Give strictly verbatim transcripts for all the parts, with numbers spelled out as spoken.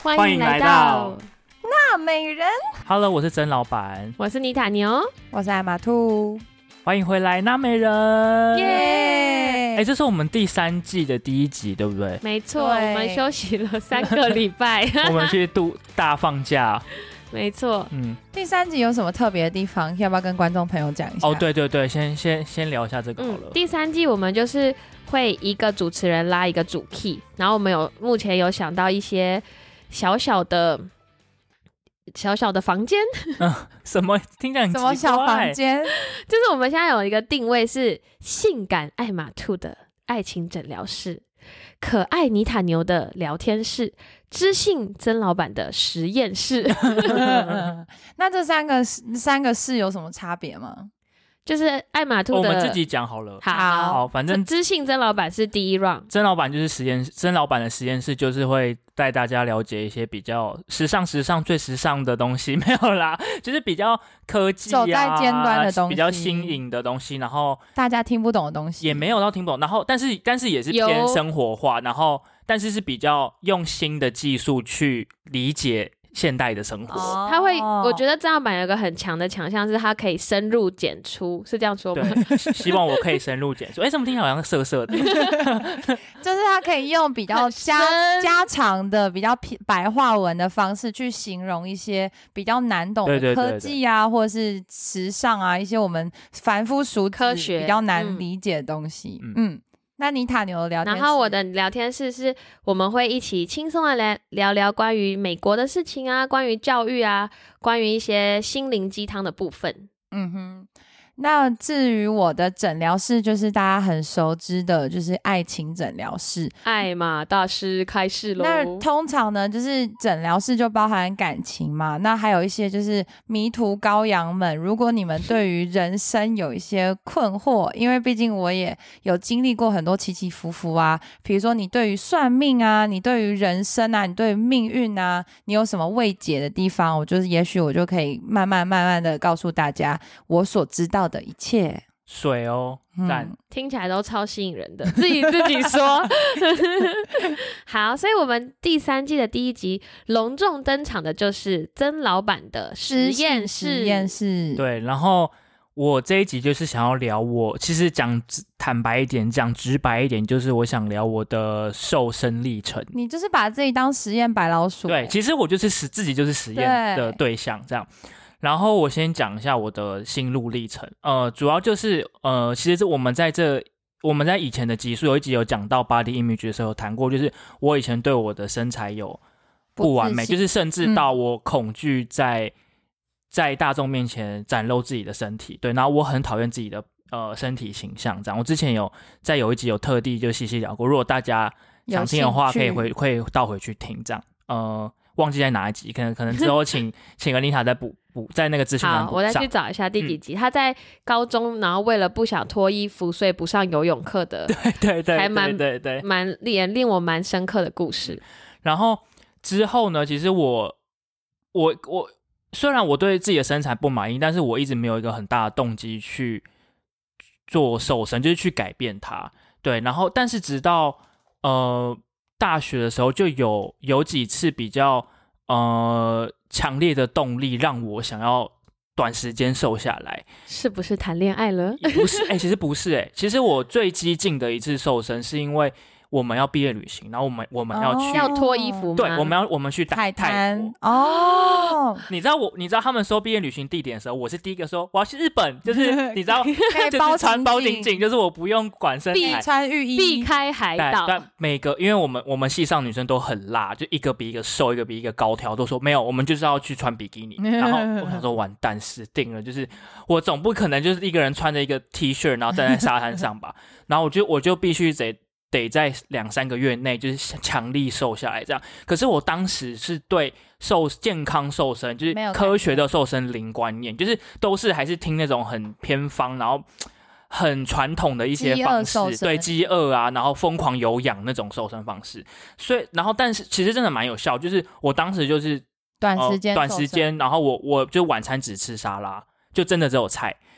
欢迎来到娜美人。 Hello， 我是曾老板， 我是妮塔牛， 我是艾玛兔， 欢迎回来娜美人。 耶！ 哎，这是我们第三季的第一集，对不对？ 没错，我们休息了三个礼拜， 我们去度大放假。 没错， 嗯，第三集有什么特别的地方？要不要跟观众朋友讲一下？ 哦，对对对，先先先聊一下这个好了。 嗯、第三季我们就是会一个主持人拉一个主 key， 然后我们有目前有想到一些小小的小小的房间， 嗯，什么听起来很奇怪？ 什么小房间？ 就是我们现在有一个定位是性感艾玛兔的爱情诊疗室，可爱妮塔牛的聊天室，知性曾老板的实验室。 那这三个三个室有什么差别吗？ 就是艾玛兔的， 我们自己讲好了。 好， 好，反正知性曾老板是第一 round， 曾老板就是实验室，曾老板的实验室就是会带大家了解一些比较时尚、时尚最时尚的东西，没有啦，就是比较科技啊， 走在尖端的东西， 比较新颖的东西，然后大家听不懂的东西， 也没有到听不懂，然后但是但是也是偏生活化，然后但是是比较用新的技术去理解现代的生活。 哦、他会，我觉得曾老板有一个很强的强项是他可以深入简出，是这样说吗？ 对，希望我可以深入简出。哎，怎么听起来好像色色的？ 就是他可以用比较家家常的、比较白话文的方式去形容一些比较难懂的科技啊，对对对对，或者是时尚啊，一些我们凡夫俗子科学比较难理解的东西。嗯。嗯，那妮塔牛的聊天室， 然后我的聊天室是我们会一起轻松的来聊聊关于美国的事情啊，关于教育啊，关于一些心灵鸡汤的部分。 嗯哼。那至于我的诊疗室，就是大家很熟知的，就是爱情诊疗室。 艾玛大师开室咯。 那通常呢，就是诊疗室就包含感情嘛，那还有一些就是迷途羔羊们，如果你们对于人生有一些困惑，因为毕竟我也有经历过很多起起伏伏啊，比如说你对于算命啊，你对于人生啊，你对于命运啊，你有什么未解的地方，我就是也许我就可以慢慢慢慢的告诉大家我所知道的一切。 水哦，赞、嗯， 听起来都超吸引人的，自己自己说。好，所以我们第三季的第一集隆重登场的就是曾老板的实验室。 实验室， 对，然后我这一集就是想要聊我，其实讲坦白一点，讲直白一点，就是我想聊我的瘦身历程。 你就是把自己当实验白老鼠。 对，其实我就是实自己就是实验的对象，这样。然后我先讲一下我的心路历程，呃，主要就是呃，其实我们在这我们在以前的集数有一集有讲到 body image 的时候有谈过，就是我以前对我的身材有不完美，就是甚至到我恐惧在、嗯、在大众面前展露自己的身体，对，然后我很讨厌自己的呃身体形象，这样。我之前有在有一集有特地就细细聊过，如果大家想听的话，可以回可以倒回去听，这样。呃，忘记在哪一集，可能可能之后请请个妮塔再补。在那个资讯栏补上。 好，我再去找一下第几集、嗯、他在高中然后为了不想脱衣服所以不上游泳课的， 对对对， 还蛮对对对， 蛮令令我蛮深刻的故事。 然后之后呢，其实我我我虽然我对自己的身材不满意，但是我一直没有一个很大的动机去做瘦身，就是去改变它。对，然后但是直到呃大学的时候，就有有几次比较呃强烈的动力让我想要短时间瘦下来。 是不是谈恋爱了？ 不是，哎、欸，其实不是、欸，哎，其实我最激进的一次瘦身是因为我们要毕业旅行，然后我们我们要去、 哦、要脱衣服吗？ 对，我们要我们去海滩哦。 你知道我你知道他们说毕业旅行地点的时候，我是第一个说我要去日本，就是你知道，就是穿包紧紧，就是我不用管身材， 穿浴衣， 避开海岛。 但每个因为我们我们系上女生都很辣，就一个比一个瘦，一个比一个高挑，都说没有，我们就是要去穿比基尼。然后我想说完蛋死定了，就是我总不可能就是一个人穿着一个 T 恤然后站在沙滩上吧，然后我就我就必须得。得在两三个月内就是强力瘦下来这样。可是我当时是对瘦健康瘦身就是科学的瘦身零观念，就是都是还是听那种很偏方然后很传统的一些方式，对，饥饿啊，然后疯狂有氧那种瘦身方式。所以然后但是其实真的蛮有效，就是我当时就是短时间、 呃、短时间然后我我就晚餐只吃沙拉，就真的只有菜，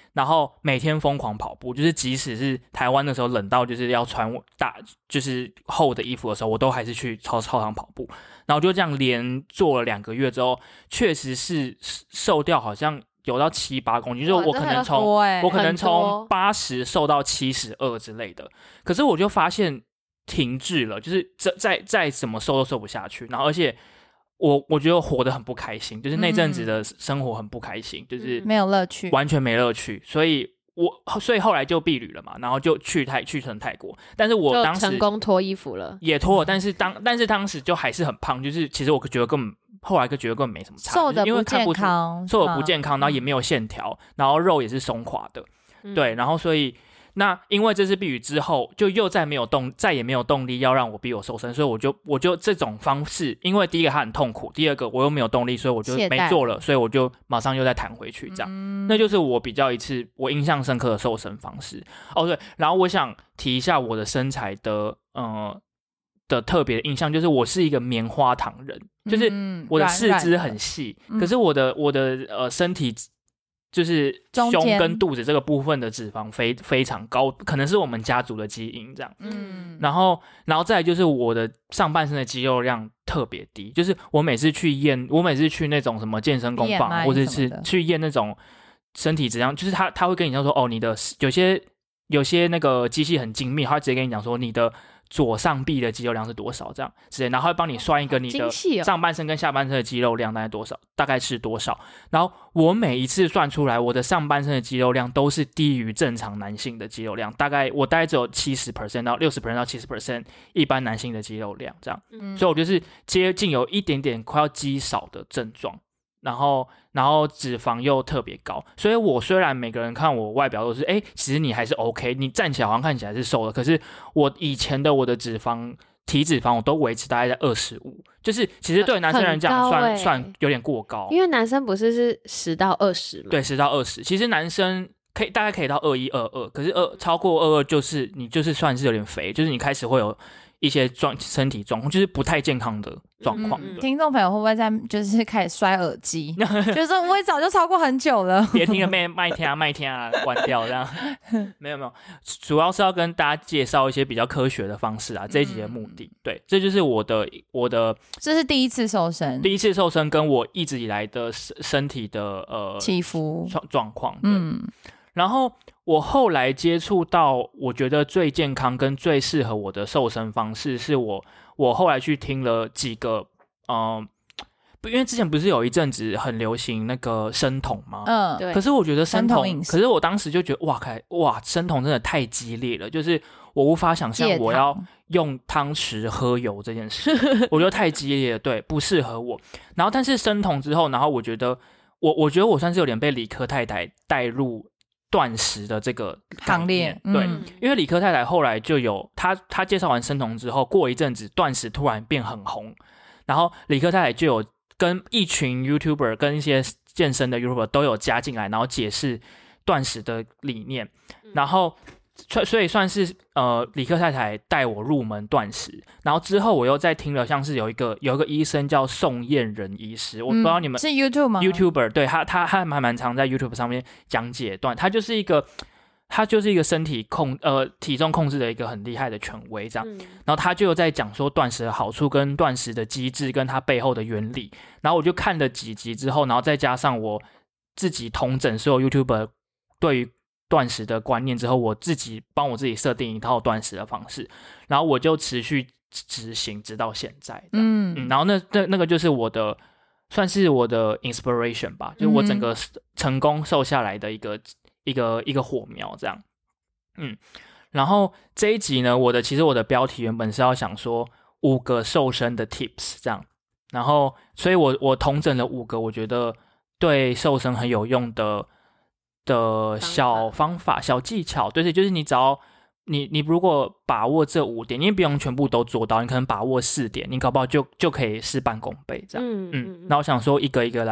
然后每天疯狂跑步，就是即使是台湾的时候冷到就是要穿大就是厚的衣服的时候，我都还是去操操场跑步。然后就这样连做了两个月之后，确实是瘦掉，好像有到七八公斤，就是我可能从、 欸、 我可能从八十瘦到七十二之类的。可是我就发现停滞了，就是再再怎么瘦都瘦不下去。然后而且我我觉得活得很不开心，就是那阵子的生活很不开心，嗯、就是没有乐趣， 完全没乐趣。所以我所以后来就避旅了嘛，然后就去泰去成泰国。但是我当时成功脱衣服了， 也脱了，但是当但是当时就还是很胖，就是其实我觉得根本后来就觉得根本没什么差， 瘦的不健康， 瘦的不健康，然后也没有线条，然后肉也是松垮的，嗯、对，然后所以。那因为这次避旅之后，就又再没有动，再也没有动力要让我逼我瘦身，所以我就我就这种方式，因为第一个它很痛苦，第二个我又没有动力，所以我就没做了，所以我就马上又再弹回去，这样，嗯、那就是我比较一次我印象深刻的瘦身方式。哦，对，然后我想提一下我的身材的呃的特别的印象，就是我是一个棉花糖人，就是我的四肢很细，嗯、可是我的我的呃身体。就是胸跟肚子这个部分的脂肪非非常高，可能是我们家族的基因这样。嗯，然后，然后再来就是我的上半身的肌肉量特别低，就是我每次去验，我每次去那种什么健身工坊，或者是去验那种身体质量，就是他他会跟你讲说，哦，你的有些有些那个机器很精密，他会直接跟你讲说你的。左上臂的肌肉量是多少？这样之类，然后会帮你算一个你的上半身跟下半身的肌肉量大概多少，大概是多少。然后我每一次算出来，我的上半身的肌肉量都是低于正常男性的肌肉量，大概我大概只有 百分之七十 到 百分之六十 到 百分之七十 一般男性的肌肉量这样。嗯、所以我就是接近有一点点快要肌少的症状。然后，然后脂肪又特别高，所以我虽然每个人看我外表都是，哎，其实你还是 OK， 你站起来好像看起来是瘦的，可是我以前的我的脂肪体脂肪我都维持大概在二十五，就是其实对男生来讲算、欸、算有点过高， 因为男生不是是十到二十吗？ 对，十到二十，其实男生可以大概可以到二一二二，可是二超过二二就是你就是算是有点肥，就是你开始会有。一些状身体状况就是不太健康的状况、嗯。 听众朋友会不会在就是开始摔耳机？就是说我也早就超过很久了， 别听了麦麦听啊麦听啊，关掉这样。没有没有，主要是要跟大家介绍一些比较科学的方式啊。这一集的目的，嗯、对，这就是我的我的。 这是第一次瘦身， 第一次瘦身跟我一直以来的身体的呃起伏状况。嗯，然后。我后来接触到，我觉得最健康跟最适合我的瘦身方式，是我我后来去听了几个，嗯、呃，因为之前不是有一阵子很流行那个生酮吗？嗯，对。可是我觉得生酮，可是我当时就觉得，哇，开哇，生酮真的太激烈了，就是我无法想象我要用汤匙喝油这件事，我觉得太激烈了，对，不适合我。然后，但是生酮之后，然后我觉得，我我觉得我算是有点被理科太太带入。断食的这个行列， 对， 嗯、 因为理科太太后来就有他他介绍完生酮之后，过一阵子断食突然变很红，然后理科太太就有跟一群 YouTuber 跟一些健身的 YouTuber 都有加进来，然后解释断食的理念，然后所以算是呃理科太太带我入门断食，然后之后我又再听了像是有一个有一个医生叫宋燕人医师，我不知道你们、 嗯、是 YouTube 吗 ？YouTuber 对他他他还蛮常在 YouTube 上面讲解断，他就是一个他就是一个身体控呃体重控制的一个很厉害的权威这样，嗯、然后他就有在讲说断食的好处跟断食的机制跟它背后的原理，然后我就看了几集之后，然后再加上我自己统整所有 YouTuber 对于断食的观念之后，我自己帮我自己设定一套断食的方式，然后我就持续执行直到现在。嗯, 嗯然后那那那个就是我的算是我的 inspiration 吧，就是我整个成功瘦下来的一个、嗯、一个一个火苗这样。嗯，然后这一集呢，我的其实我的标题原本是要想说五个瘦身的 tips 这样，然后所以我我统整了五个我觉得对瘦身很有用的。的小方法、小技巧，对，就是你只要你你如果把握这五点，你不用全部都做到，你可能把握四点，你搞不好就就可以事半功倍这样。嗯嗯。那我想说一个一个来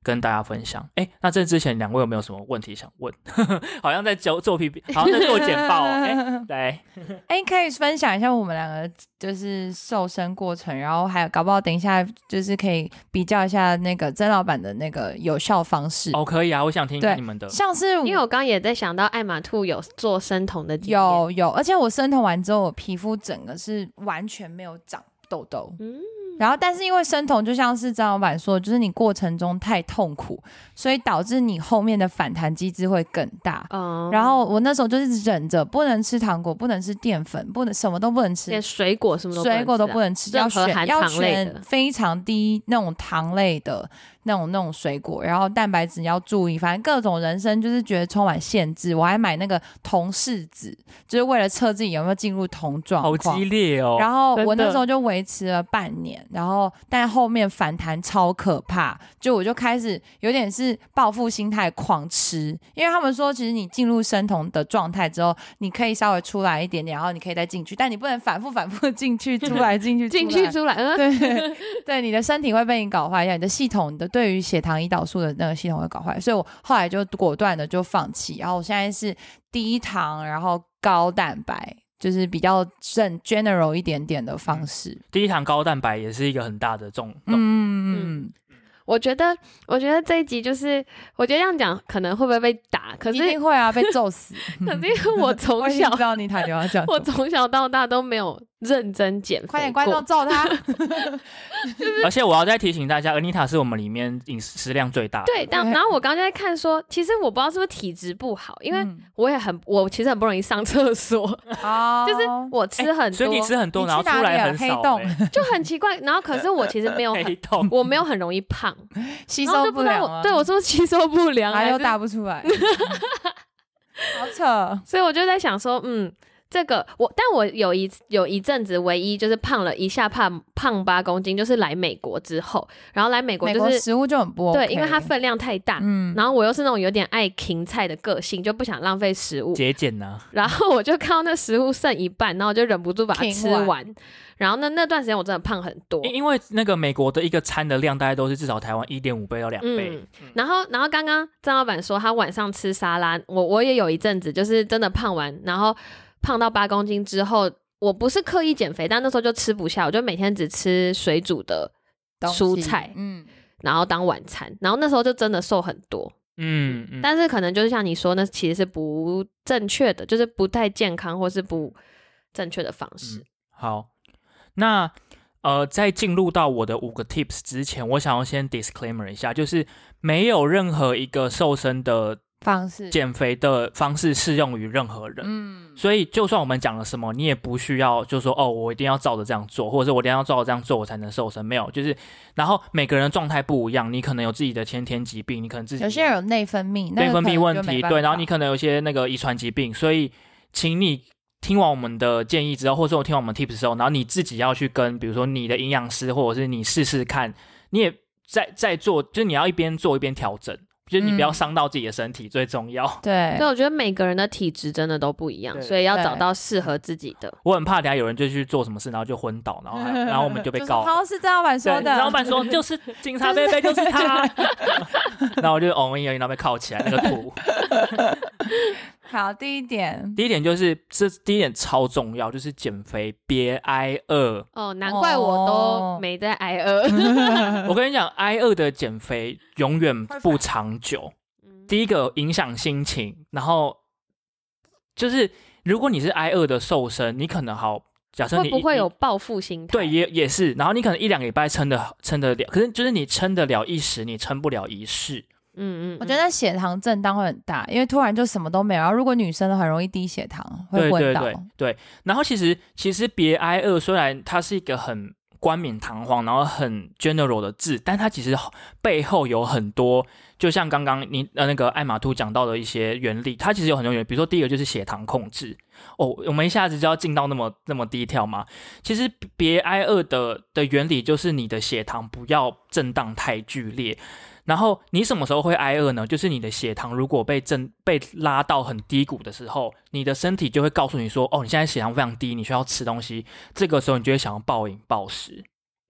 跟大家分享。哎，那这之前两位有没有什么问题想问？好像在做做 P P， 好像在做简报哦。哎，来， 哎，可以分享一下我们两个就是瘦身过程，然后还有搞不好等一下就是可以比较一下那个曾老板的那个有效方式。 哦，可以啊，我想听听你们的。 像是因为我刚刚也在想到艾玛兔有做生酮的经验， 有有，而且我生酮完之后，我皮肤整个是完全没有长痘痘。嗯。然后，但是因为生酮就像是张老板说，就是你过程中太痛苦，所以导致你后面的反弹机制会更大。嗯，然后我那时候就是忍着，不能吃糖果，不能吃淀粉，不能什么都不能吃， 连水果什么都不能吃、啊、 水果都不能吃，要选要选非常低那种糖类的那种那种水果，然后蛋白质要注意，反正各种人生就是觉得充满限制。我还买那个酮试纸，就是为了测自己有没有进入酮状况。 好激烈哦！ 然后我那时候就维持了半年。然后但后面反弹超可怕，就我就开始有点是报复心态狂吃，因为他们说其实你进入生酮的状态之后，你可以稍微出来一点点，然后你可以再进去，但你不能反复反复进去出来进去进去出来， 对对，你的身体会被你搞坏，你的系统，你的对于血糖胰岛素的那个系统会搞坏，所以我后来就果断的就放弃，然后我现在是低糖然后高蛋白，就是比较正 general 一点点的方式。 低糖高蛋白也是一个很大的重嗯嗯， 我觉得我觉得这一集就是我觉得这样讲可能会不会被打，可是一定会啊，被揍死。 可是因为我从小我知道你台流要讲， 我从小到大都没有认真减肥过。 快点观众揍他而且我要再提醒大家 Anita 是我们里面饮食量最大的。 对，但然后我刚刚就在看说其实我不知道是不是体质不好，因为我也很我其实很不容易上厕所、哦、就是我吃很多、欸、 所以你吃很多然后出来很少、欸、 就很奇怪。然后可是我其实没有很我没有很容易胖， 吸收不良、啊、 我对我说吸收不良还又大不出来好扯。 所以我就在想说嗯这个我，但我有一有一阵子唯一就是胖了一下胖胖八公斤，就是来美国之后，然后来美国就是美国食物就很不 OK， 对，因为它分量太大，嗯，然后我又是那种有点爱芹菜的个性，就不想浪费食物， 节俭啊。 然后我就看到那食物剩一半，然后我就忍不住把它吃完，完然后那那段时间我真的胖很多， 因为那个美国的一个餐的量大概都是至少台湾 一点五 倍到两倍、 嗯嗯、然后然后刚刚张老板说他晚上吃沙拉，我我也有一阵子就是真的胖完，然后胖到八公斤之后，我不是刻意减肥，但那时候就吃不下，我就每天只吃水煮的蔬菜，嗯，然后当晚餐，然后那时候就真的瘦很多，嗯，嗯但是可能就是像你说，那其实是不正确的，就是不太健康或是不正确的方式。嗯、 好，那呃，在进入到我的五个 tips 之前，我想要先 disclaimer 一下，就是没有任何一个瘦身的方式减肥的方式适用于任何人，嗯，所以就算我们讲了什么，你也不需要就说哦，我一定要照着这样做，或者是我一定要照着这样做我才能瘦身，没有，就是然后每个人的状态不一样，你可能有自己的先天疾病，你可能自己有些人有内分泌内分泌问题，对，然后你可能有些那个遗传疾病，所以请你听完我们的建议之后，或者我听完我们 tips 之后，然后你自己要去跟比如说你的营养师，或者是你试试看，你也在在做，就是你要一边做一边调整，就是你不要伤到自己的身体、嗯、最重要。 对， 所以我觉得每个人的体质真的都不一样，所以要找到适合自己的。 我很怕等一下有人就去做什么事，然后就昏倒，然后然后我们就被告。 好，是张老板说的。 张老板说就是警察贝贝就是他，然后我就哦一然后被铐起来那个图。 好，第一点， 第一点就是这第一点超重要，就是减肥别挨饿。 哦，难怪我都没在挨饿。 我跟你讲，挨饿的减肥永远不长久。第一个影响心情，然后就是如果你是挨饿的瘦身，你可能好。假设你会不会有报复心态？ 对，也也是。然后你可能一两个礼拜撑得撑得了，可是就是你撑得了一时，你撑不了一世。 嗯嗯，我觉得血糖震荡会很大，因为突然就什么都没有。然后如果女生的很容易低血糖，会昏倒。 对对对对。然后其实其实别挨饿，虽然它是一个很冠冕堂皇，然后很 general 的字，但它其实背后有很多，就像刚刚你呃那个艾玛兔讲到的一些原理，它其实有很多原理。比如说第一个就是血糖控制。哦，我们一下子就要进到那么那么低调吗？其实别挨饿的的原理就是你的血糖不要震荡太剧烈。然后你什么时候会挨饿呢？就是你的血糖如果被震被拉到很低谷的时候，你的身体就会告诉你说，哦，你现在血糖非常低，你需要吃东西。这个时候你就会想要暴饮暴食。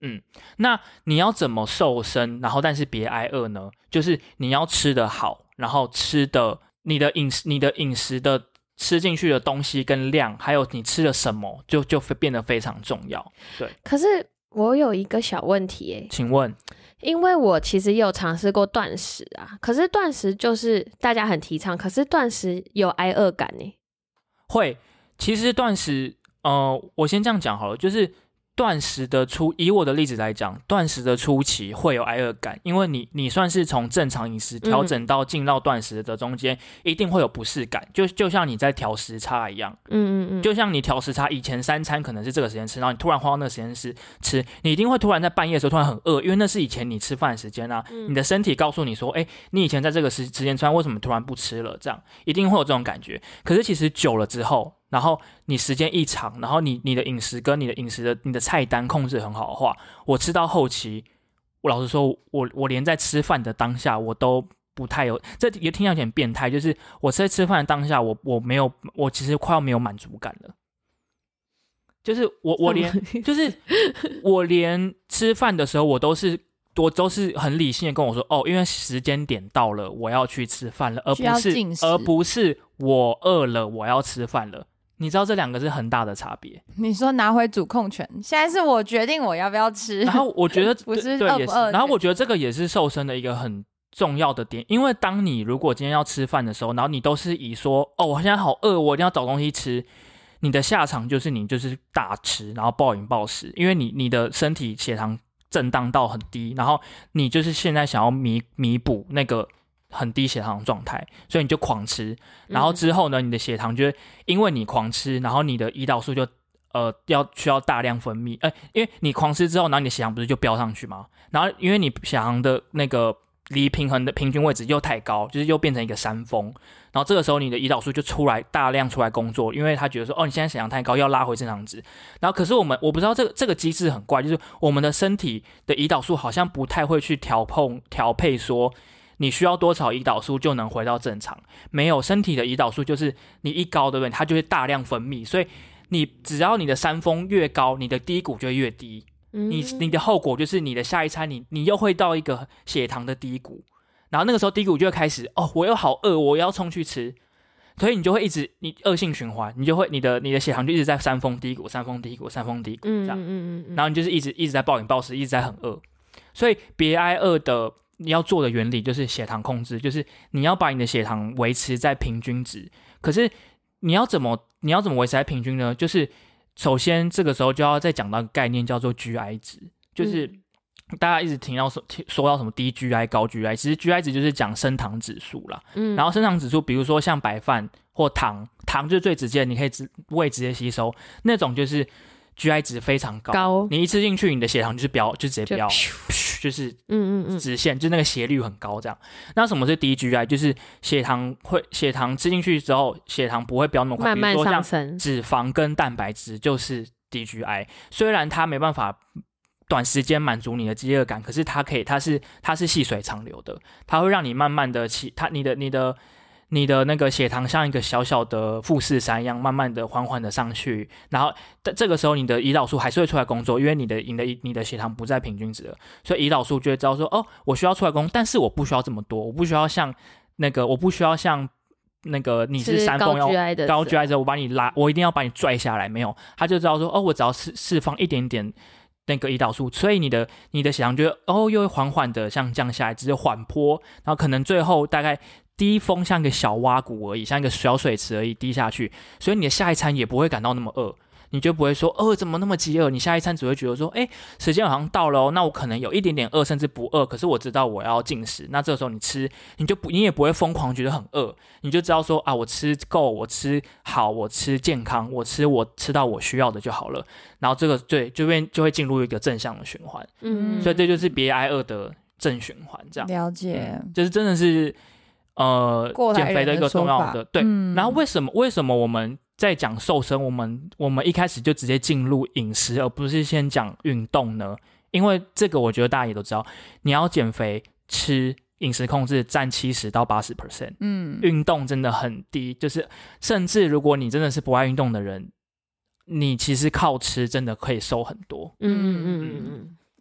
嗯，那你要怎么瘦身，然后但是别挨饿呢？就是你要吃得好，然后吃的你的饮食，你的饮食的吃进去的东西跟量，还有你吃了什么，就就变得非常重要。对， 可是我有一个小问题耶， 请问， 因为我其实也有尝试过断食啊，可是断食就是大家很提倡，可是断食有挨饿感耶。 会，其实断食，呃，我先这样讲好了，就是断食的初，以我的例子来讲，断食的初期会有挨饿感，因为你你算是从正常饮食调整到进到断食的中间，嗯、一定会有不适感，就就像你在调时差一样， 嗯嗯嗯， 就像你调时差，以前三餐可能是这个时间吃，然后你突然花到那个时间吃吃，你一定会突然在半夜的时候突然很饿，因为那是以前你吃饭的时间啊，嗯、你的身体告诉你说，哎，你以前在这个时时间吃饭，为什么突然不吃了？这样一定会有这种感觉。可是其实久了之后，然后你时间一长，然后你你的饮食跟你的饮食的你的菜单控制很好的话，我吃到后期，我老实说，我我连在吃饭的当下我都不太有，这也听起来有点变态，就是我在吃饭的当下，我我没有，我其实快要没有满足感了。就是我我连就是我连吃饭的时候，我都是我都是很理性的跟我说，哦，因为时间点到了，我要去吃饭了，而不是而不是我饿了，我要吃饭了。你知道这两个是很大的差别。 你说拿回主控权，现在是我决定我要不要吃。 然后我觉得不是饿不饿， 然后我觉得这个也是瘦身的一个很重要的点，因为当你如果今天要吃饭的时候，然后你都是以说，哦，我现在好饿，我一定要找东西吃，你的下场就是你就是大吃，然后暴饮暴食，因为你你的身体血糖震荡到很低，然后你就是现在想要弥弥补那个很低血糖的状态，所以你就狂吃，然后之后呢，你的血糖就会因为你狂吃，然后你的胰岛素就呃要需要大量分泌，呃，因为你狂吃之后，然后你的血糖不是就飙上去吗？然后因为你血糖的那个离平衡的平均位置又太高，就是又变成一个山峰，然后这个时候你的胰岛素就出来大量出来工作，因为他觉得说，哦，你现在血糖太高，要拉回正常值。然后可是我们我不知道这个这个机制很怪，就是我们的身体的胰岛素好像不太会去调碰调配说，你需要多少胰岛素就能回到正常？没有，身体的胰岛素就是你一高，对不对？它就会大量分泌，所以你只要你的山峰越高，你的低谷就会越低。你你的后果就是你的下一餐你你又会到一个血糖的低谷，然后那个时候低谷就会开始，哦，我又好饿，我要冲去吃，所以你就会一直你恶性循环，你就会你的你的血糖就一直在山峰低谷山峰低谷山峰低谷这样，嗯嗯嗯，然后你就是一直一直在暴饮暴食，一直在很饿。所以别挨饿的你要做的原理就是血糖控制，就是你要把你的血糖维持在平均值。可是你要怎么你要怎么维持在平均呢？就是首先这个时候就要再讲到一个概念叫做 G I 值，就是大家一直听到说说到什么低 G I 高 G I， 其实 G I 值就是讲升糖指数啦。嗯，然后升糖指数比如说像白饭或糖，糖就是最直接你可以胃直接吸收那种，就是 G I 值非常高， 高你一吃进去你的血糖就是飙，就直接飙，就是嗯嗯嗯直线，就是那个斜率很高这样。那什么是低 G I？ 就是血糖会血糖吃进去之后，血糖不会飙那么快， 慢慢上升。 比如说像脂肪跟蛋白质就是低 G I， 虽然它没办法短时间满足你的饥饿感，可是它可以，它是它是细水长流的，它会让你慢慢的起，它你的你的你的那个血糖像一个小小的富士山一样，慢慢的缓缓的上去，然后这个时候你的胰岛素还是会出来工作，因为你的你的你的血糖不在平均值了，所以胰岛素就会知道说，哦，我需要出来工作，但是我不需要这么多，我不需要像那个我不需要像那个你是山峰要高 G I 之后，我把你拉，我一定要把你拽下来，没有，他就知道说，哦，我只要释释放一点点那个胰岛素，所以你的你的血糖就会哦又会缓缓的像降下来，只是缓坡，然后可能最后大概低峰像一个小洼谷而已，像一个小水池而已滴下去，所以你的下一餐也不会感到那么饿，你就不会说哦怎么那么饥饿，你下一餐只会觉得说，哎，时间好像到了哦，那我可能有一点点饿，甚至不饿，可是我知道我要进食，那这个时候你吃，你就不你也不会疯狂觉得很饿，你就知道说啊，我吃够，我吃好，我吃健康，我吃我吃到我需要的就好了，然后这个对就会就会进入一个正向的循环，嗯，所以这就是别挨饿的正循环，这样了解， 嗯、就是真的是呃减肥的一个重要的对、嗯，然后为什么为什么我们在讲瘦身，我们我们一开始就直接进入饮食，而不是先讲运动呢？因为这个我觉得大家也都知道，你要减肥吃饮食控制占七十到八十 percent， 嗯，运动真的很低，就是甚至如果你真的是不爱运动的人，你其实靠吃真的可以瘦很多， 嗯嗯嗯嗯。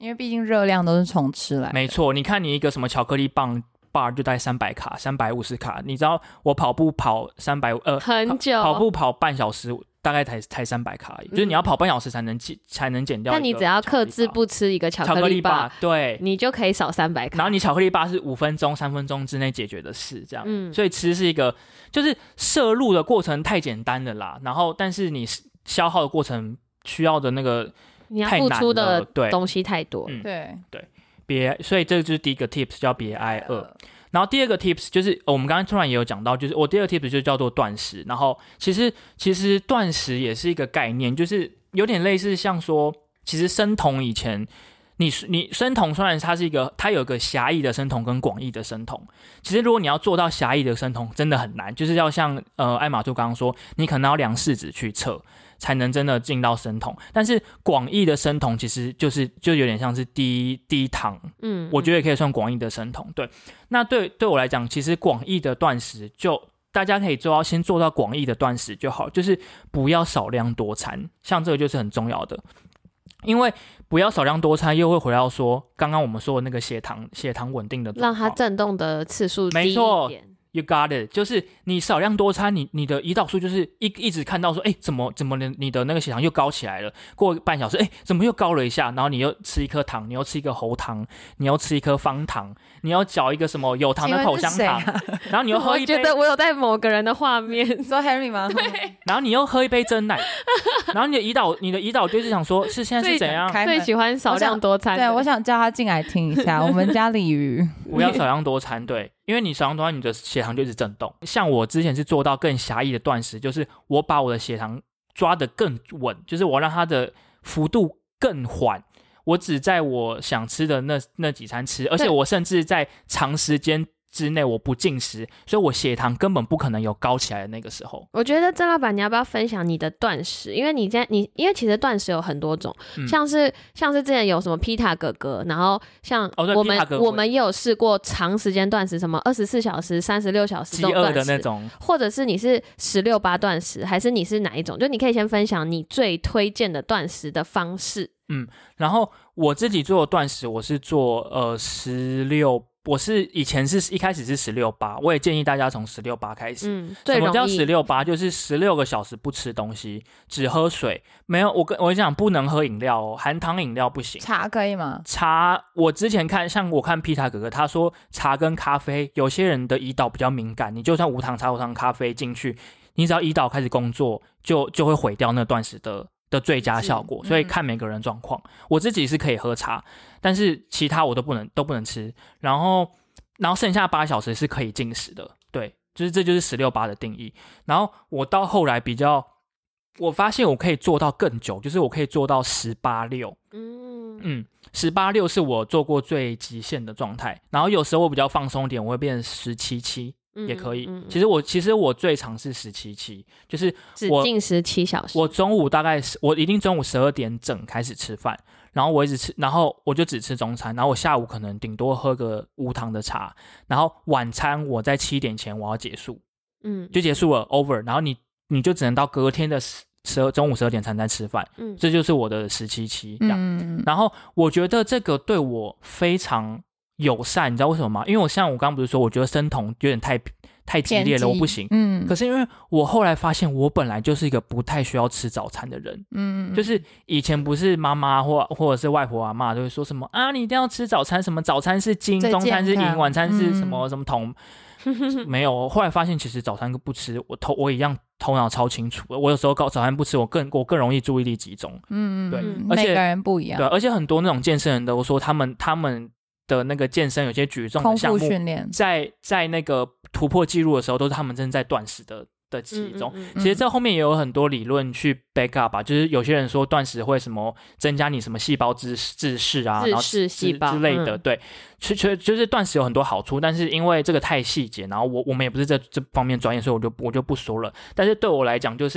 因为毕竟热量都是从吃来的。 没错，你看你一个什么巧克力棒 bar 就带三百卡、三百五十卡，你知道我跑步跑三百呃很久， 跑, 跑步跑半小时。大概才才三百卡而已、嗯，就是你要跑半小时才能减才能减掉。 但你只要克制不吃一个巧克力棒， 对， 你就可以少三百卡。 然后你巧克力棒是五分钟、三分钟之内解决的事，这样。 嗯， 所以吃是一个，就是摄入的过程太简单了啦。然后，但是你消耗的过程需要的那个你要付出的东西太多。 嗯、对对，别，所以这就是第一个 tips 叫别挨饿。然后第二个 tips 就是、哦、我们刚刚突然也有讲到，就是我第二个 tips 就叫做断食。然后其实其实断食也是一个概念，就是有点类似像说，其实生酮以前你你生酮虽然它是一个它有一个狭义的生酮跟广义的生酮，其实如果你要做到狭义的生酮真的很难，就是要像呃艾玛兔刚刚说，你可能要量试纸去测才能真的进到生酮，但是广义的生酮其实就是就有点像是低低糖，嗯，我觉得也可以算广义的生酮。对，那对对我来讲，其实广义的断食就大家可以做到先做到广义的断食就好，就是不要少量多餐，像这个就是很重要的。因为不要少量多餐，又会回到说刚刚我们说的那个血糖血糖稳定的状况， 让它震动的次数低一点。没错。 You got it， 就是你少量多餐，你你的胰岛素就是一一直看到说，哎，怎么怎么你的那个血糖又高起来了？过半小时，哎，怎么又高了一下？然后你又吃一颗糖，你又吃一个喉糖，你又吃一颗方糖，你要嚼一个什么有糖的口香糖，啊、然后你又喝一杯。 我觉得我有在某个人的画面， 你说 Henry 吗？ 对。 然后你又喝一杯珍奶，然后你的胰岛，你的胰岛就是想说，是现在是怎样？ 最喜欢少量多餐。 对，我想叫他进来听一下，我们家鲤鱼不要少量多餐，对。因为你少量多餐，你的血糖就一直震动。像我之前是做到更狭义的断食，就是我把我的血糖抓得更稳，就是我让它的幅度更缓。我只在我想吃的那那几餐吃，而且我甚至在长时间之内我不进食，所以我血糖根本不可能有高起来的那个时候。 我觉得郑老板，你要不要分享你的断食？因为你在你因为其实断食有很多种，嗯、像是像是之前有什么皮塔哥哥，然后像我们、哦、我们也有试过长时间断食，什么二十四小时、三十六小时这种断食饥饿的那种， 或者是你是十六八断食，还是你是哪一种？就你可以先分享你最推荐的断食的方式。 嗯，然后我自己做的断食，我是做呃十六。我是以前是一开始是十六八，我也建议大家从十六八开始。 嗯，最容易。 什么叫十六八？就是十六个小时不吃东西，只喝水，没有我跟我讲不能喝饮料哦，含糖饮料不行。 茶可以吗？ 茶，我之前看，像我看皮塔哥哥，他说茶跟咖啡，有些人的胰岛比较敏感，你就算无糖茶、无糖咖啡进去，你只要胰岛开始工作，就就会毁掉那断食的。的最佳效果，所以看每个人状况、嗯。我自己是可以喝茶，但是其他我都不能都不能吃。然后，然后剩下八小时是可以进食的，对，就是这就是十六八的定义。然后我到后来比较，我发现我可以做到更久，就是我可以做到十八六。嗯嗯，十八六是我做过最极限的状态。然后有时候我比较放松一点，我会变成十七七。也可以、嗯嗯嗯、其实我其实我最长是十七七，就是我只进十七小时。 我中午大概我一定中午十二点整开始吃饭，然后我一直吃，然后我就只吃中餐，然后我下午可能顶多喝个无糖的茶，然后晚餐我在七点前我要结束，嗯，就结束了 over， 然后你你就只能到隔天的十中午十二点才能吃饭，嗯，这就是我的十七七这样、嗯。然后我觉得这个对我非常友善，你知道为什么吗？因为我像我刚刚不是说，我觉得生酮有点太太激烈了，我不行。嗯，可是因为我后来发现，我本来就是一个不太需要吃早餐的人。嗯，就是以前不是妈妈或或者是外婆阿嬷都会说什么啊，你一定要吃早餐，什么早餐是金，中餐是银，晚餐是什么、嗯、什么铜。没有，我后来发现其实早餐不吃，我头我一样头脑超清楚的。我有时候早餐不吃，我更我更容易注意力集中。嗯，对，而且每个人不一样。 对，而且很多那种健身人都说他们他们。的那个健身有些举重的项目，在在那个突破纪录的时候，都是他们正在断食的的其中、嗯嗯嗯。其实这后面也有很多理论去 back up 吧，就是有些人说断食会什么增加你什么细胞自自噬啊，然后自噬细胞之类的，嗯、对，其实就是断食有很多好处，但是因为这个太细节，然后我我们也不是这这方面专业，所以我就我就不说了。但是对我来讲，就是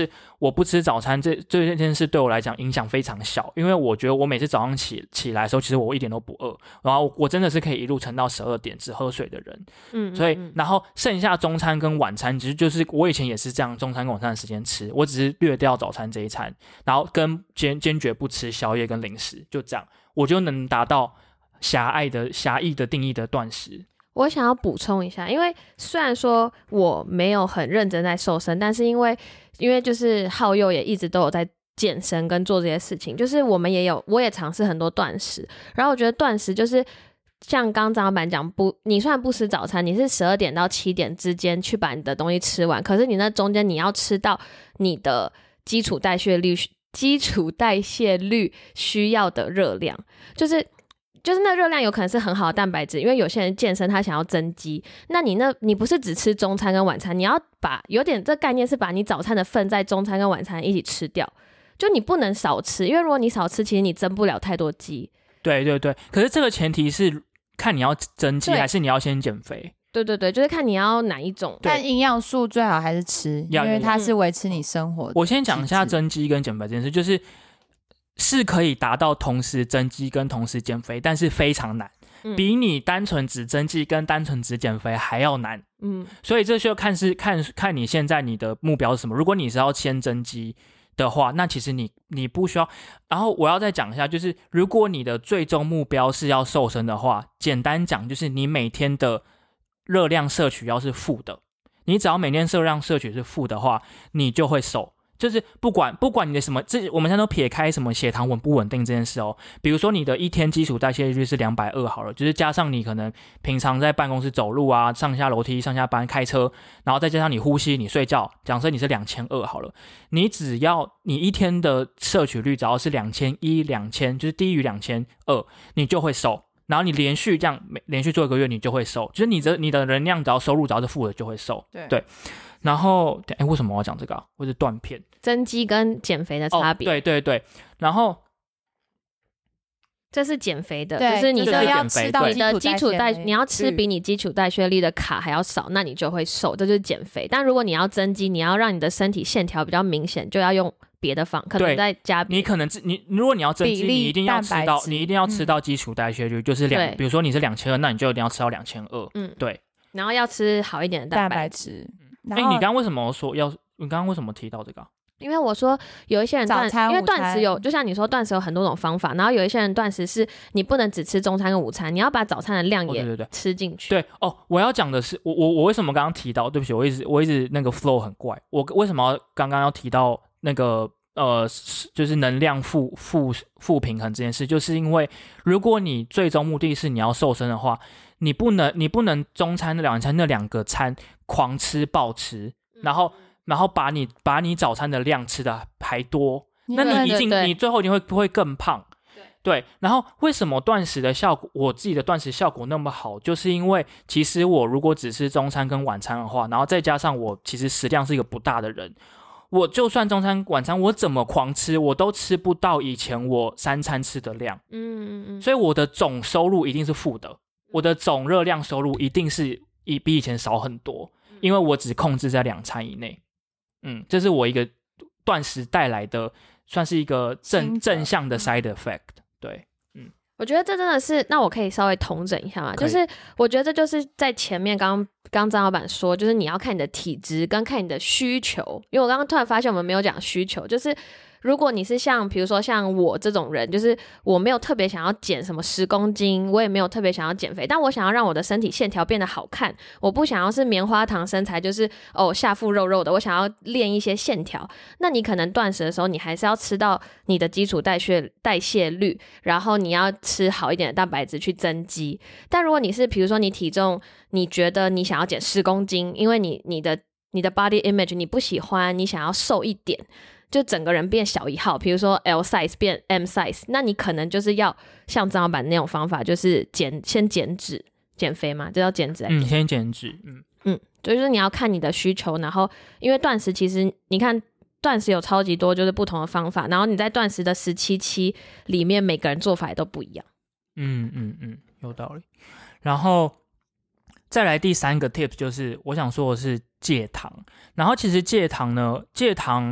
我不吃早餐这这件事对我来讲影响非常小，因为我觉得我每次早上起起来的时候，其实我一点都不饿，然后我真的是可以一路撑到十二点只喝水的人。嗯，所以然后剩下中餐跟晚餐，其实就是我以前也是这样，中餐跟晚餐的时间吃，我只是略掉早餐这一餐，然后跟坚坚决不吃宵夜跟零食，就这样，我就能达到狭隘的狭义的定义的断食。 我想要补充一下，因为虽然说我没有很认真在瘦身，但是因为因为就是浩佑也一直都有在健身跟做这些事情，就是我们也有我也尝试很多断食，然后我觉得断食就是像刚刚张老板讲，不，你虽然不吃早餐，你是十二点到七点之间去把你的东西吃完，可是你那中间你要吃到你的基础代谢率基础代谢率需要的热量，就是就是那热量有可能是很好的蛋白质，因为有些人健身他想要增肌，那你那你不是只吃中餐跟晚餐，你要把有点这概念是把你早餐的份在中餐跟晚餐一起吃掉，就你不能少吃，因为如果你少吃，其实你增不了太多肌。对对对，可是这个前提是看你要增肌还是你要先减肥。 对对对，就是看你要哪一种。 但营养素最好还是吃，因为它是维持你生活的。 我先讲一下增肌跟减肥这件事，就是是可以达到同时增肌跟同时减肥，但是非常难，嗯、比你单纯只增肌跟单纯只减肥还要难。嗯，所以这就看是看看你现在你的目标是什么。如果你是要先增肌的话，那其实你你不需要。然后我要再讲一下，就是如果你的最终目标是要瘦身的话，简单讲就是你每天的热量摄取要是负的，你只要每天热量摄取是负的话，你就会瘦。就是不管不管你的什么，这我们现在都撇开什么血糖稳不稳定这件事哦。比如说你的一天基础代谢率是两百二十好了，就是加上你可能平常在办公室走路啊、上下楼梯、上下班、开车，然后再加上你呼吸、你睡觉，假设你是两千二百好了，你只要你一天的摄取率只要是两千一百、两千，就是低于两千二百，你就会瘦。然后你连续这样连续做一个月，你就会瘦。就是你的你的能量只要收入只要是负的就会瘦。对。对然后，哎，为什么我要讲这个啊？或者断片？ 增肌跟减肥的差别。 哦、对对对。然后， 这是减肥的，就是你的要吃到你的基础代，你要吃比你基础代谢率的卡还要少，那你就会瘦，这就是减肥。但如果你要增肌，你要让你的身体线条比较明显，就要用别的方，可能再加别的。 你可能你如果你要增肌，你一定要吃到，你一定要吃到基础代谢率，嗯、就是两，比如说你是两千二，那你就一定要吃到两千二。嗯，对。 然后要吃好一点的蛋白质。 哎，你刚刚为什么说要？你刚刚为什么提到这个、啊？ 因为我说有一些人断，因为断食有，就像你说断食有很多种方法，然后有一些人断食是你不能只吃中餐跟午餐，你要把早餐的量也吃进去。 哦、对, 对, 对, 对哦，我要讲的是，我我我为什么刚刚提到？对不起，我一直我一直那个 flow 很怪。我为什么要刚刚要提到那个呃，就是能量负负负平衡这件事？就是因为如果你最终目的是你要瘦身的话，你不能你不能中餐那两餐那两个餐狂吃暴吃，然后。然后把你把你早餐的量吃的还多，那你一定你最后一定会不会更胖？对，对。然后为什么断食的效果，我自己的断食效果那么好，就是因为其实我如果只吃中餐跟晚餐的话，然后再加上我其实食量是一个不大的人，我就算中餐晚餐我怎么狂吃，我都吃不到以前我三餐吃的量。嗯嗯嗯。所以我的总收入一定是负的，我的总热量收入一定是比以前少很多，因为我只控制在两餐以内。嗯，这是我一个断食带来的，算是一个正正向的 side effect。对，嗯， 我觉得这真的是，那我可以稍微统整一下嘛，就是我觉得这就是在前面刚刚张老板说，就是你要看你的体质跟看你的需求，因为我刚刚突然发现我们没有讲需求，就是。如果你是像比如说像我这种人，就是我没有特别想要减什么十公斤，我也没有特别想要减肥，但我想要让我的身体线条变得好看，我不想要是棉花糖身材，就是哦下腹肉肉的，我想要练一些线条。那你可能断食的时候，你还是要吃到你的基础代谢代谢率，然后你要吃好一点的蛋白质去增肌。但如果你是比如说你体重，你觉得你想要减十公斤，因为你你的你的 body image 你不喜欢，你想要瘦一点。就整个人变小一号，比如说 L size 变 M size， 那你可能就是要像张老板那种方法，就是减先减脂减肥嘛，这叫减脂。 嗯，先减脂。嗯嗯，就是你要看你的需求，然后因为断食其实你看断食有超级多就是不同的方法，然后你在断食的十七期里面，每个人做法也都不一样。 嗯嗯嗯，有道理。然后再来第三个 tip 就是我想说的是戒糖，然后其实戒糖呢，戒糖。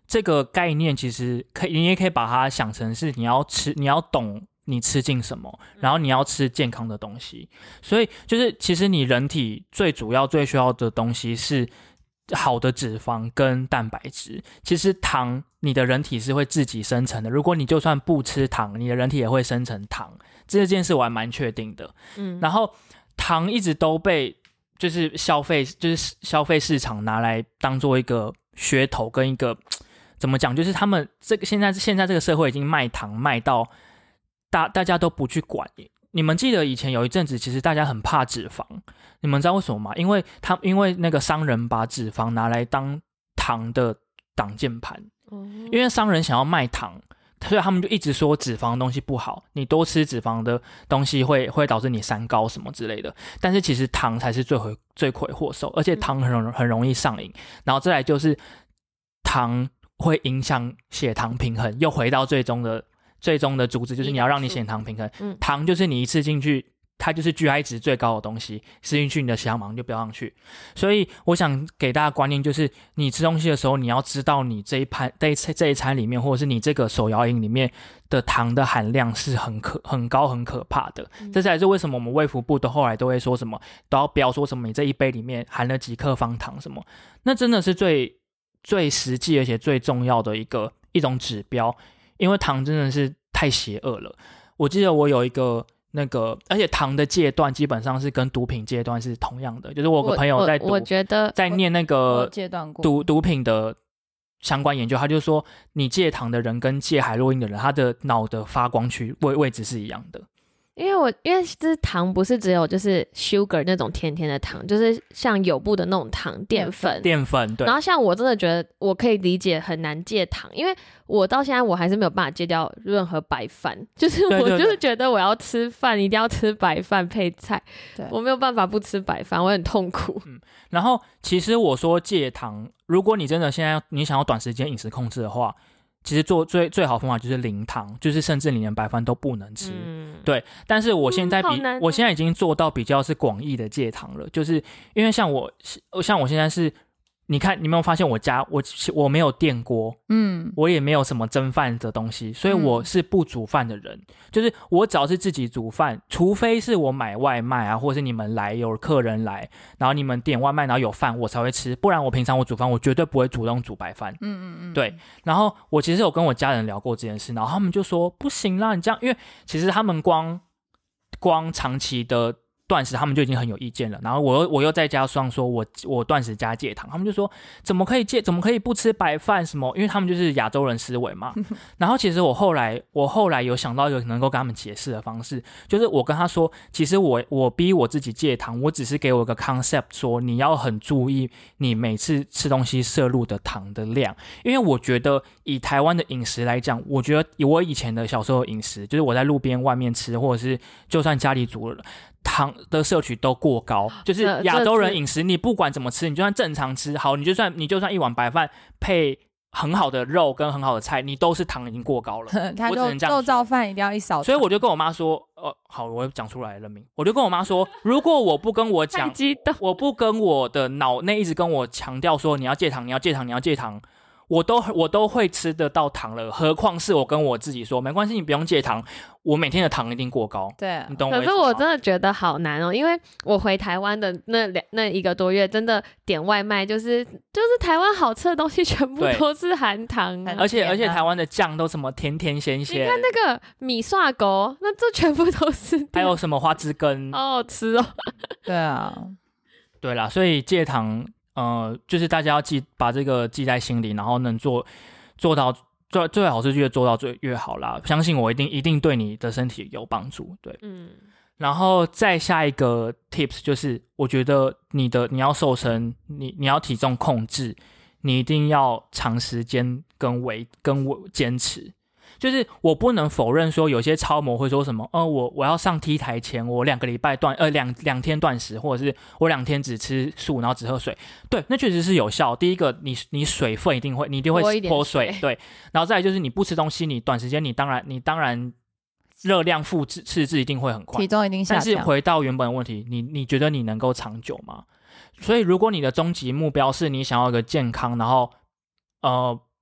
这个概念其实可以，你也可以把它想成是你要吃，你要懂你吃进什么，然后你要吃健康的东西。所以就是其实你人体最主要最需要的东西是好的脂肪跟蛋白质。其实糖你的人体是会自己生成的，如果你就算不吃糖，你的人体也会生成糖，这件事我还蛮确定的。嗯，然后糖一直都被就是消费就是消费市场拿来当做一个噱头跟一个怎么讲，就是他们这个现在现在这个社会已经卖糖卖到大大家都不去管。你们记得以前有一阵子，其实大家很怕脂肪，你们知道为什么吗？因为他因为那个商人把脂肪拿来当糖的挡箭牌，因为商人想要卖糖，所以他们就一直说脂肪的东西不好，你多吃脂肪的东西会会导致你三高什么之类的。但是其实糖才是罪魁罪魁祸首，而且糖很容很容易上瘾。然后再来就是糖会影响血糖平衡，又回到最终的最终的主旨，就是你要让你血糖平衡。嗯、糖就是你一次进去，它就是 G I 值最高的东西，吃进去你的血糖马上就飙上去。所以我想给大家观念就是，你吃东西的时候，你要知道你这一盘这一这一餐里面，或者是你这个手摇饮里面的糖的含量是很可很高很可怕的。嗯、这才是为什么我们卫福部都后来都会说什么，都要标说什么你这一杯里面含了几克方糖什么，那真的是最最实际而且最重要的一个一种指标。因为糖真的是太邪恶了。我记得我有一个那个，而且糖的戒断基本上是跟毒品戒断是同样的，就是我有个朋友在读， 我, 我, 我觉得在念那个戒断过毒毒品的相关研究，他就说你戒糖的人跟戒海洛因的人，他的脑的发光区位位置是一样的。 因为我因为这糖不是只有就是 sugar 那种甜甜的糖，就是像有部的那种糖淀粉淀粉对。 然后像我真的觉得我可以理解很难戒糖，因为我到现在我还是没有办法戒掉任何白饭，就是我就是觉得我要吃饭一定要吃白饭配菜，对，我没有办法不吃白饭，我很痛苦。 嗯，然后其实我说戒糖，如果你真的现在你想要短时间饮食控制的话，其实做最最好的方法就是零糖，就是甚至你连白饭都不能吃。嗯、对，但是我现在比、嗯、我现在已经做到比较是广义的戒糖了，就是因为像我像我现在是，你看你没有发现我家我我没有电锅，嗯，我也没有什么蒸饭的东西，所以我是不煮饭的人。嗯、就是我只要是自己煮饭，除非是我买外卖啊，或者是你们来有客人来，然后你们点外卖，然后有饭我才会吃，不然我平常我煮饭我绝对不会主动煮白饭。嗯嗯嗯，对。然后我其实有跟我家人聊过这件事，然后他们就说不行啦，你这样，因为其实他们光光长期的断食他们就已经很有意见了，然后我又我又再加上说我我断食加戒糖，他们就说怎么可以戒，怎么可以不吃白饭什么，因为他们就是亚洲人思维嘛。然后其实我后来我后来有想到一个能够跟他们解释的方式，就是我跟他说，其实我我逼我自己戒糖，我只是给我一个 concept 说你要很注意你每次吃东西摄入的糖的量，因为我觉得以台湾的饮食来讲，我觉得以我以前的小时候的饮食，就是我在路边外面吃，或者是就算家里煮了，糖的摄取都过高，就是亚洲人饮食，你不管怎么吃，你就算正常吃好，你就算你就算一碗白饭配很好的肉跟很好的菜，你都是糖已经过高了。 他就肉燥饭一定要一勺糖， 所以我就跟我妈说，呃，好，我讲出来了明，我就跟我妈说，如果我不跟我讲，我不跟我的脑内一直跟我强调说你要戒糖，你要戒糖，你要戒糖。我都我都会吃得到糖了，何况是我跟我自己说没关系，你不用戒糖，我每天的糖一定过高。 对， 你懂我意思吗？ 可是我真的觉得好难哦，因为我回台湾的那两那一个多月，真的点外卖就是就是台湾好吃的东西全部都是含糖， 而且而且台湾的酱都什么甜甜咸咸， 你看那个米刷狗，那这全部都是， 还有什么花枝羹， 好好吃哦。 对啊， 对啦，所以戒糖。呃，就是大家要记把这个记在心里，然后能做做到最最好是越做到最越好啦。相信我，一定一定对你的身体有帮助。对，嗯。然后再下一个 tips 就是，我觉得你的你要瘦身，你你要体重控制，你一定要长时间跟维跟坚持。就是我不能否认说有些超模会说什么，呃，我我要上 T 台前我两个礼拜断呃两两天断食，或者是我两天只吃素然后只喝水，对，那确实是有效。第一个，你你水分一定会你一定会脱水，对，然后再来就是你不吃东西，你短时间你当然你当然热量复制赤字一定会很快， 体重一定下降。 但是回到原本的问题，你你觉得你能够长久吗？所以如果你的终极目标是你想要一个健康，然后呃。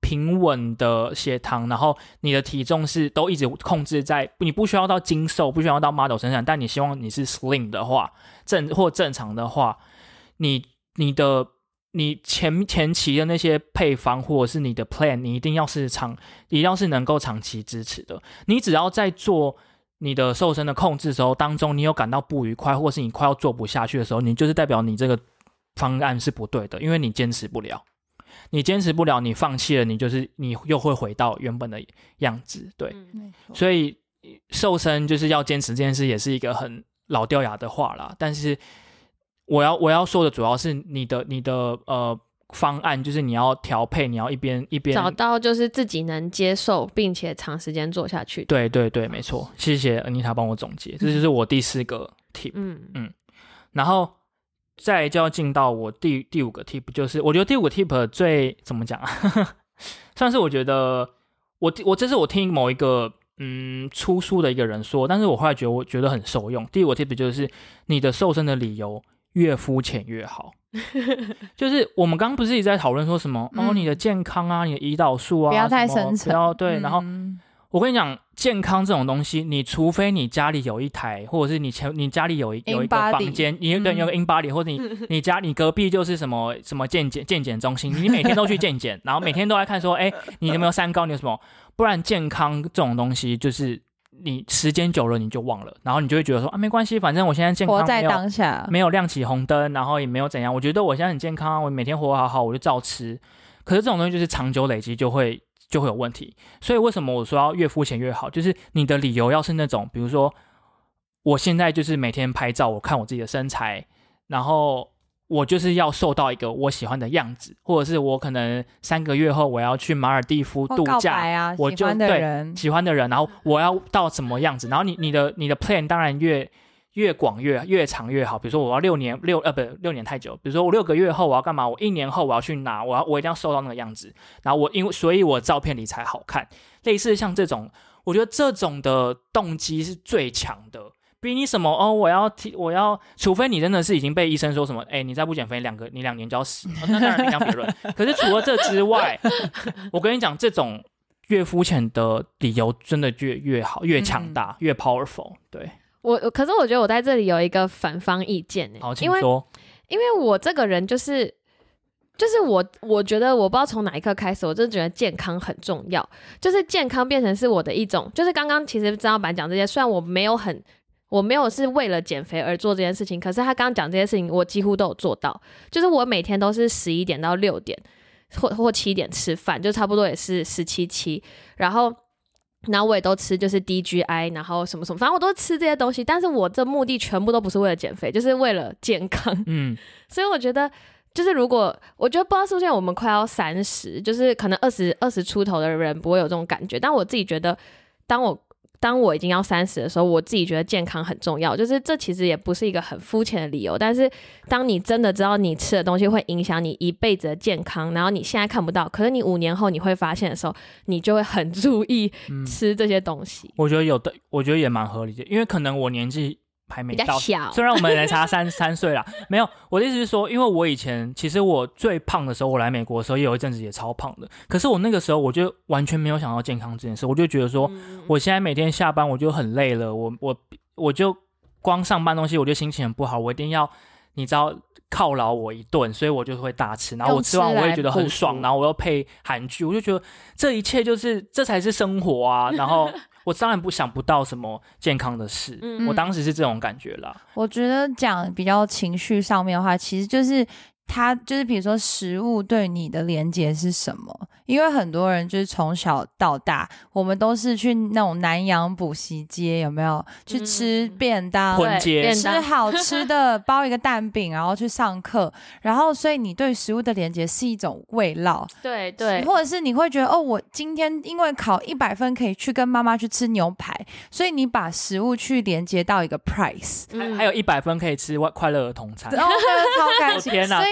平稳的血糖，然后你的体重是都一直控制在，你不需要到精瘦，不需要到 model 身上，但你希望你是 slim 的话，正或正常的话，你你的你前前期的那些配方或者是你的 plan， 你一定要是长，一定要是能够长期支持的。你只要在做你的瘦身的控制的时候当中，你有感到不愉快，或是你快要做不下去的时候，你就是代表你这个方案是不对的，因为你坚持不了。你坚持不了，你放弃了，你就是你又会回到原本的样子，对， 嗯、 所以瘦身就是要坚持这件事，也是一个很老掉牙的话啦。但是我要我要说的主要是你的你的呃方案，就是你要调配，你要一边一边找到就是自己能接受并且长时间做下去。 对对对，没错，谢谢恩妮塔帮我总结，这就是我第四个 tip。嗯嗯，然后。再来就要进到我第第五个 tip， 就是我觉得第五个 tip 最怎么讲啊？算是我觉得我我这是我听某一个嗯出书的一个人说，但是我后来觉得我觉得很受用。第五个 tip 就是你的瘦身的理由越肤浅越好。就是我们刚刚不是一直在讨论说什么、嗯、哦你的健康啊，你的胰岛素啊， 不要太深层， 不要对， 嗯、 然后。我跟你讲，健康这种东西，你除非你家里有一台，或者是你前你家里有一有一个房间，你对有个 InBody，、嗯、或者你你家你隔壁就是什么什么健检健检中心，你每天都去健检，然后每天都在看说，哎，你有没有三高，你有什么？不然健康这种东西，就是你时间久了你就忘了，然后你就会觉得说啊，没关系，反正我现在健康， 活在当下， 没有亮起红灯，然后也没有怎样，我觉得我现在很健康，我每天活好好，我就照吃。可是这种东西就是长久累积就会。就会有问题，所以为什么我说要越肤浅越好？就是你的理由要是那种，比如说我现在就是每天拍照，我看我自己的身材，然后我就是要瘦到一个我喜欢的样子，或者是我可能三个月后我要去马尔地夫度假， 啊、 我就喜欢的人对喜欢的人，然后我要到什么样子，然后你你的你的 plan 当然越。越广越越长越好，比如说我要六年六呃不六年太久，比如说我六个月后我要干嘛，我一年后我要去哪，我要我一定要瘦到那个样子，然后我因为所以我照片里才好看，类似像这种，我觉得这种的动机是最强的，比你什么哦我要我要，除非你真的是已经被医生说什么，哎你再不减肥两个你两年就要死，哦、那当然另当别论。可是除了这之外，我跟你讲，这种越肤浅的理由真的越越好，越强大，嗯、越 powerful， 对。 我可是我觉得我在这里有一个反方意见耶， 好，请说。 因为因为我这个人就是就是我我觉得我不知道从哪一刻开始，我就觉得健康很重要，就是健康变成是我的一种，就是刚刚其实张老板讲这些，虽然我没有很我没有是为了减肥而做这件事情，可是他刚刚讲这些事情我几乎都有做到，就是我每天都是十一点到六点或或七点吃饭，就差不多也是十七七，然后然后我也都吃就是 D G I， 然后什么什么，反正我都吃这些东西，但是我这目的全部都不是为了减肥，就是为了健康。嗯，所以我觉得就是如果我觉得不知道是不是我们快要三十，就是可能二十二十出头的人不会有这种感觉，但我自己觉得当我当我已经要三十的时候，我自己觉得健康很重要，就是这其实也不是一个很肤浅的理由，但是当你真的知道你吃的东西会影响你一辈子的健康，然后你现在看不到，可是你五年后你会发现的时候，你就会很注意吃这些东西。 嗯、我觉得有的，我觉得也蛮合理的，因为可能我年纪还没到， 比较小， 虽然我们才差三三岁啦，没有，我的意思是说，因为我以前其实我最胖的时候，我来美国的时候也有一阵子也超胖的，可是我那个时候我就完全没有想到健康这件事，我就觉得说，嗯、我现在每天下班我就很累了，我我我就光上班东西我就心情很不好，我一定要你知道犒劳我一顿，所以我就会大吃，然后我吃完我也觉得很爽，然后我又配韩剧，我就觉得这一切就是这才是生活啊，然后。我当然不想不到什么健康的事，嗯、我当时是这种感觉啦。 我觉得讲比较情绪上面的话，其实就是它就是比如说食物对你的连结是什么？因为很多人就是从小到大，我们都是去那种南洋补习街，有没有去吃便当， 混街吃好吃的，包一个蛋饼，然后去上课，然后所以你对食物的连结是一种慰劳， 对对， 或者是你会觉得哦，我今天因为考一百分可以去跟妈妈去吃牛排，所以你把食物去连接到一个 price， 还还有一百分可以吃快乐儿童餐， 哦，超开心！ 天哪， 所以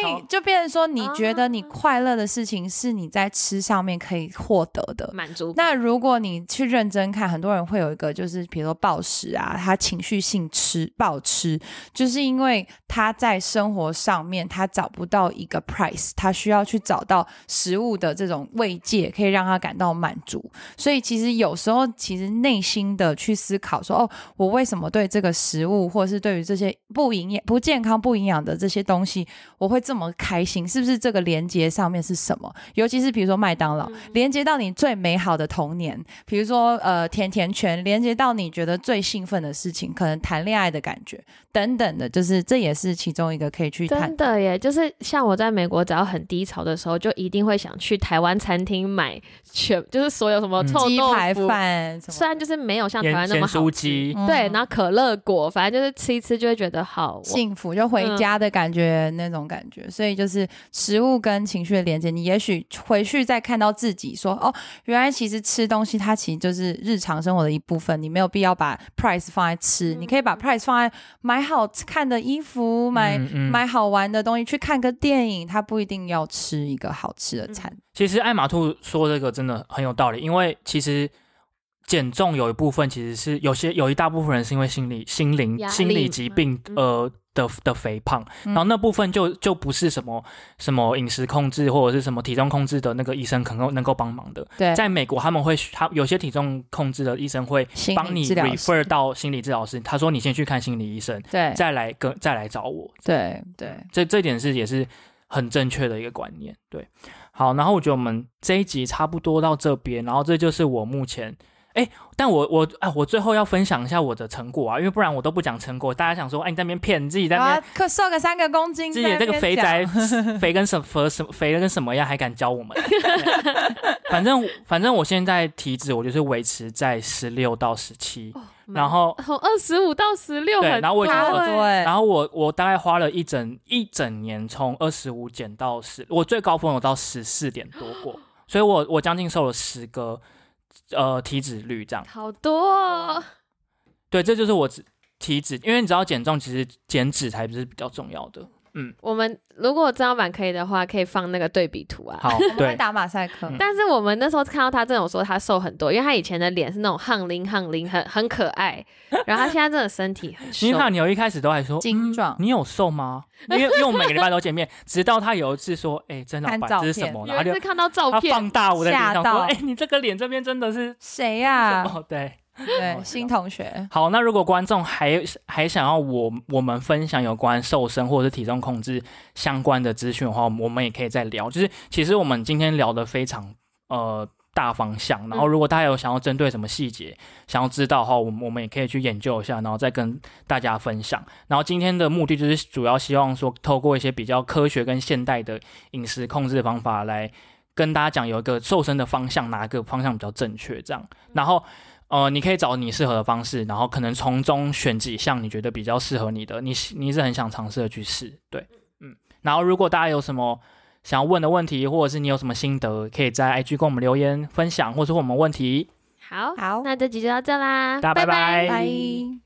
以就变成说，你觉得你快乐的事情是你在吃上面可以获得的满足。 那如果你去认真看，很多人会有一个就是比如说暴食啊，他情绪性吃暴吃，就是因为他在生活上面他找不到一个 price， 他需要去找到食物的这种慰藉可以让他感到满足。所以其实有时候其实内心的去思考说，哦，我为什么对这个食物或者是对于这些不营养不健康不营养的这些东西我会这么开心，是不是这个连接上面是什么？尤其是比如说麦当劳、嗯、连接到你最美好的童年，比如说呃甜甜圈，连接到你觉得最兴奋的事情，可能谈恋爱的感觉等等的，就是这也是其中一个可以去谈。 真的耶，就是像我在美国只要很低潮的时候，就一定会想去台湾餐厅买全就是所有什么臭豆腐、鸡排饭， 虽然就是没有像台湾那么好吃， 嗯、 对，然后可乐果，反正就是吃一吃就会觉得好幸福，就回家的感觉、嗯、那种感觉。所以就是食物跟情绪的连接，你也许回去再看到自己说，哦，原来其实吃东西它其实就是日常生活的一部分，你没有必要把 price 放在吃、嗯、你可以把 price 放在买好看的衣服，买、嗯嗯、买好玩的东西，去看个电影，它不一定要吃一个好吃的餐、嗯、 其实艾玛兔说这个真的很有道理，因为其实减重有一部分其实是有些有一大部分人是因为心理心灵心理疾病呃的的肥胖、嗯、然后那部分就就不是什么什么饮食控制或者是什么体重控制的那个医生能够能够帮忙的。 对， 在美国他们会他有些体重控制的医生会帮你 refer 到心理治疗师，他说你先去看心理医生， 对， 再来跟再来找我。 对对， 这这点是也是很正确的一个观念。对，好，然后我觉得我们这一集差不多到这边，然后这就是我目前哎，但我我哎，我最后要分享一下我的成果啊，因为不然我都不讲成果，大家想说，哎，你在那边骗自己在那边， 可、啊、瘦个三个公斤， 自己这个肥宅肥跟什么什么肥的跟什么样，还敢教我们？反正反正我现在体脂我就是维持在十六到十七、哦，然后二十五到十六， 对，然后我已经对， 然后我我大概花了一整一整年，从二十五减到十，我最高峰有到十四点多过，所以我我将近瘦了十个。呃，体脂率这样好多、哦， 对，这就是我体脂，因为你知道减重其实减脂才不是比较重要的。嗯， 我们如果正老板可以的话，可以放那个对比图啊。 好，对， 打马赛克、嗯。 但是我们那时候看到他，真的有说他瘦很多，因为他以前的脸是那种憨灵憨灵，很很可爱，然后他现在真的身体很瘦。 你看，你有一开始都还说精壮、嗯， 你有瘦吗？因为因为我们每个礼拜都见面，直到他有一次说，哎、欸，真老板这是什么？ 然后就看到照片， 他放大我的脸，想说，哎、欸，你这个脸这边真的是谁呀、 啊？对。 对，新同学。 好，那如果观众还还想要我我们分享有关瘦身或者是体重控制相关的资讯的话，我们也可以再聊。就是其实我们今天聊的非常呃大方向，然后如果大家有想要针对什么细节、嗯、想要知道的话，我们我们也可以去研究一下，然后再跟大家分享。然后今天的目的就是主要希望说，透过一些比较科学跟现代的饮食控制的方法来跟大家讲有一个瘦身的方向，哪个方向比较正确这样。然后呃，你可以找你适合的方式，然后可能从中选几项你觉得比较适合你的，你你是很想尝试的去试，对，嗯。然后如果大家有什么想要问的问题，或者是你有什么心得，可以在 I G 跟我们留言分享，或者是问我们问题。 好， 好， 那这集就到这啦， 大家拜拜。 拜拜。